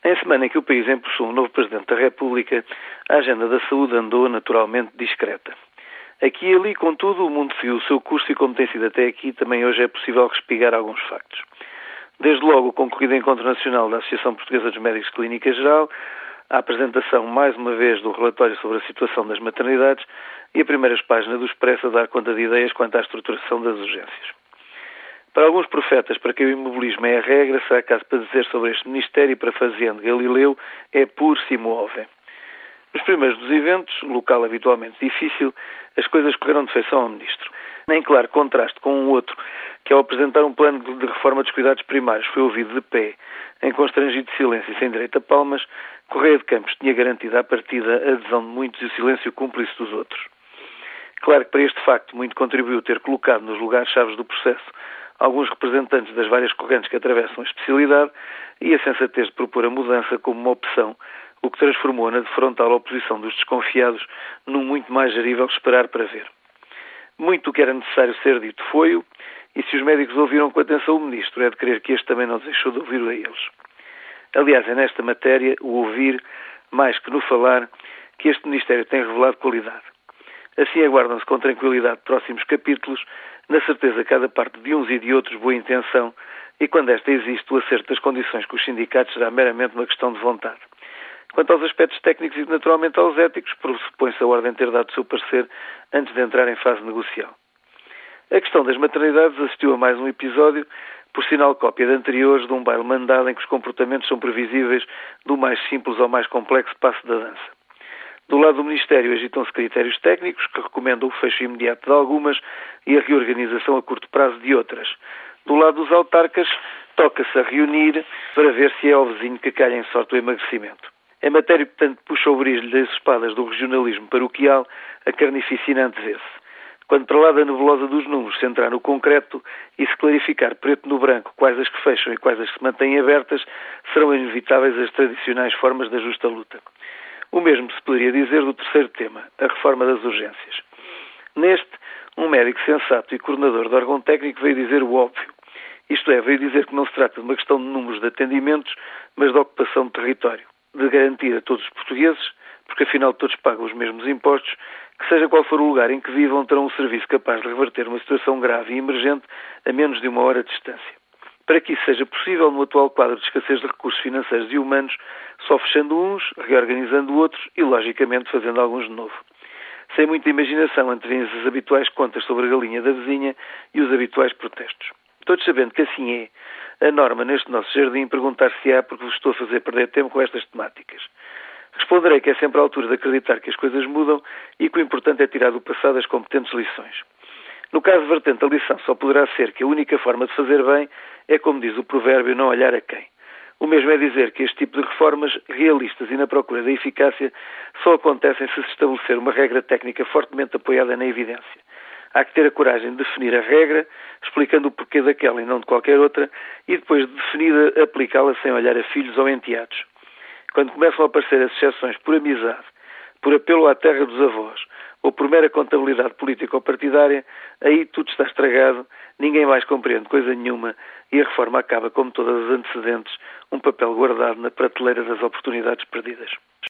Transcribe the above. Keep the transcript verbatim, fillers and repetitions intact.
Em semana em que o país empossou um novo Presidente da República, a agenda da saúde andou naturalmente discreta. Aqui e ali, contudo, o mundo seguiu o seu curso e, como tem sido até aqui, também hoje é possível respigar alguns factos. Desde logo o concorrido Encontro Nacional da Associação Portuguesa dos Médicos de Clínica Geral, a apresentação, mais uma vez, do relatório sobre a situação das maternidades e a primeiras páginas do Expresso a dar conta de ideias quanto à estruturação das urgências. Para alguns profetas, para quem o imobilismo é a regra, será caso para dizer sobre este Ministério, parafraseando Galileu, é pur si move. Nos primeiros dos eventos, local habitualmente difícil, as coisas correram de feição ao Ministro. Em claro contraste com um outro, que ao apresentar um plano de reforma dos cuidados primários foi ouvido de pé, em constrangido silêncio e sem direito a palmas, Correia de Campos tinha garantido à partida a adesão de muitos e o silêncio cúmplice dos outros. Claro que para este facto muito contribuiu ter colocado nos lugares-chave do processo alguns representantes das várias correntes que atravessam a especialidade e a sensatez de propor a mudança como uma opção, o que transformou na de frontal oposição dos desconfiados num muito mais gerível esperar para ver. Muito o que era necessário ser dito foi-o, e se os médicos ouviram com atenção o Ministro, é de crer que este também não deixou de ouvir a eles. Aliás, é nesta matéria, o ouvir, mais que no falar, que este Ministério tem revelado qualidade. Assim aguardam-se com tranquilidade próximos capítulos, na certeza que cada parte de uns e de outros boa intenção, e quando esta existe, o acerto das condições com os sindicatos será meramente uma questão de vontade. Quanto aos aspectos técnicos e naturalmente aos éticos, pressupõe-se a Ordem ter dado o seu parecer antes de entrar em fase negocial. A questão das maternidades assistiu a mais um episódio, por sinal cópia de anteriores, de um baile mandado em que os comportamentos são previsíveis do mais simples ao mais complexo passo da dança. Do lado do Ministério agitam-se critérios técnicos que recomendam o fecho imediato de algumas e a reorganização a curto prazo de outras. Do lado dos autarcas, toca-se a reunir para ver se é ao vizinho que calha em sorte o emagrecimento. Em matéria, portanto, puxa o brilho das espadas do regionalismo paroquial, a carnificina antevê-se. Quando para lá da nebulosa dos números se entrar no concreto e se clarificar preto no branco quais as que fecham e quais as que se mantêm abertas, serão inevitáveis as tradicionais formas da justa luta. O mesmo se poderia dizer do terceiro tema, a reforma das urgências. Neste, um médico sensato e coordenador de órgão técnico veio dizer o óbvio. Isto é, veio dizer que não se trata de uma questão de números de atendimentos, mas de ocupação de território, de garantir a todos os portugueses, porque afinal todos pagam os mesmos impostos, que seja qual for o lugar em que vivam, terão um serviço capaz de reverter uma situação grave e emergente a menos de uma hora de distância. Para que isso seja possível, no atual quadro de escassez de recursos financeiros e humanos, só fechando uns, reorganizando outros e, logicamente, fazendo alguns de novo. Sem muita imaginação, antevêm-se as habituais contas sobre a galinha da vizinha e os habituais protestos. Todos sabendo que assim é, a norma neste nosso jardim perguntar-se-á porque vos estou a fazer perder tempo com estas temáticas. Responderei que é sempre a altura de acreditar que as coisas mudam e que o importante é tirar do passado as competentes lições. No caso vertente, a lição só poderá ser que a única forma de fazer bem é, como diz o provérbio, não olhar a quem. O mesmo é dizer que este tipo de reformas, realistas e na procura da eficácia, só acontecem se se estabelecer uma regra técnica fortemente apoiada na evidência. Há que ter a coragem de definir a regra, explicando o porquê daquela e não de qualquer outra, e depois de definida, aplicá-la sem olhar a filhos ou enteados. Quando começam a aparecer as exceções por amizade, por apelo à terra dos avós, ou por mera contabilidade política ou partidária, aí tudo está estragado, ninguém mais compreende coisa nenhuma e a reforma acaba, como todas as antecedentes, um papel guardado na prateleira das oportunidades perdidas.